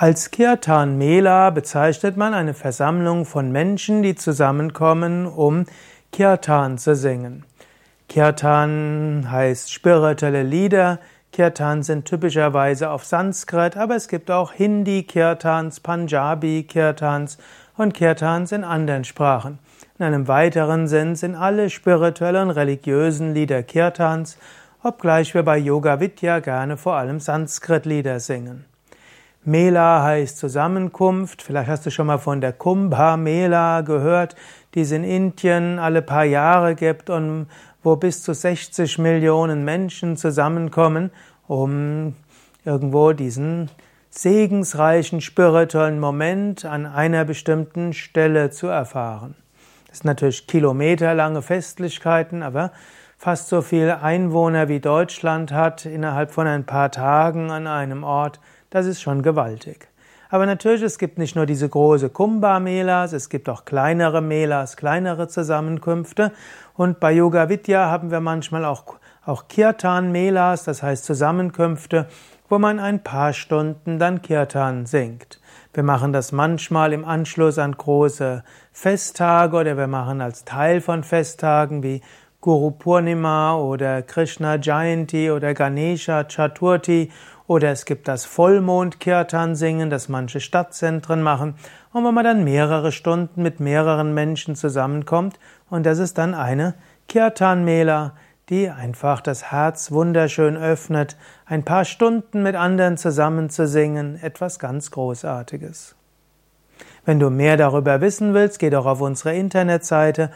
Als Kirtan Mela bezeichnet man eine Versammlung von Menschen, die zusammenkommen, um Kirtan zu singen. Kirtan heißt spirituelle Lieder. Kirtan sind typischerweise auf Sanskrit, aber es gibt auch Hindi-Kirtans, Punjabi-Kirtans und Kirtans in anderen Sprachen. In einem weiteren Sinn sind alle spirituellen und religiösen Lieder Kirtans, obgleich wir bei Yoga Vidya gerne vor allem Sanskrit-Lieder singen. Mela heißt Zusammenkunft. Vielleicht hast du schon mal von der Kumbha Mela gehört, die es in Indien alle paar Jahre gibt und wo bis zu 60 Millionen Menschen zusammenkommen, um irgendwo diesen segensreichen spirituellen Moment an einer bestimmten Stelle zu erfahren. Das sind natürlich kilometerlange Festlichkeiten, aber fast so viele Einwohner wie Deutschland hat innerhalb von ein paar Tagen an einem Ort. Das ist schon gewaltig. Aber natürlich, es gibt nicht nur diese große Kumbha-Melas, es gibt auch kleinere Melas, kleinere Zusammenkünfte. Und bei Yoga Vidya haben wir manchmal auch Kirtan-Melas, das heißt Zusammenkünfte, wo man ein paar Stunden dann Kirtan singt. Wir machen das manchmal im Anschluss an große Festtage oder wir machen als Teil von Festtagen wie Guru Purnima oder Krishna Jayanti oder Ganesha Chaturthi oder es gibt das Vollmond-Kirtan-Singen, das manche Stadtzentren machen und wo man dann mehrere Stunden mit mehreren Menschen zusammenkommt und das ist dann eine Kirtan-Mela, die einfach das Herz wunderschön öffnet, ein paar Stunden mit anderen zusammen zu singen, etwas ganz Großartiges. Wenn du mehr darüber wissen willst, geh doch auf unsere Internetseite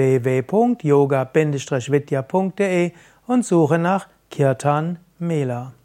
www.yoga-vidya.de und suche nach Kirtan Mela.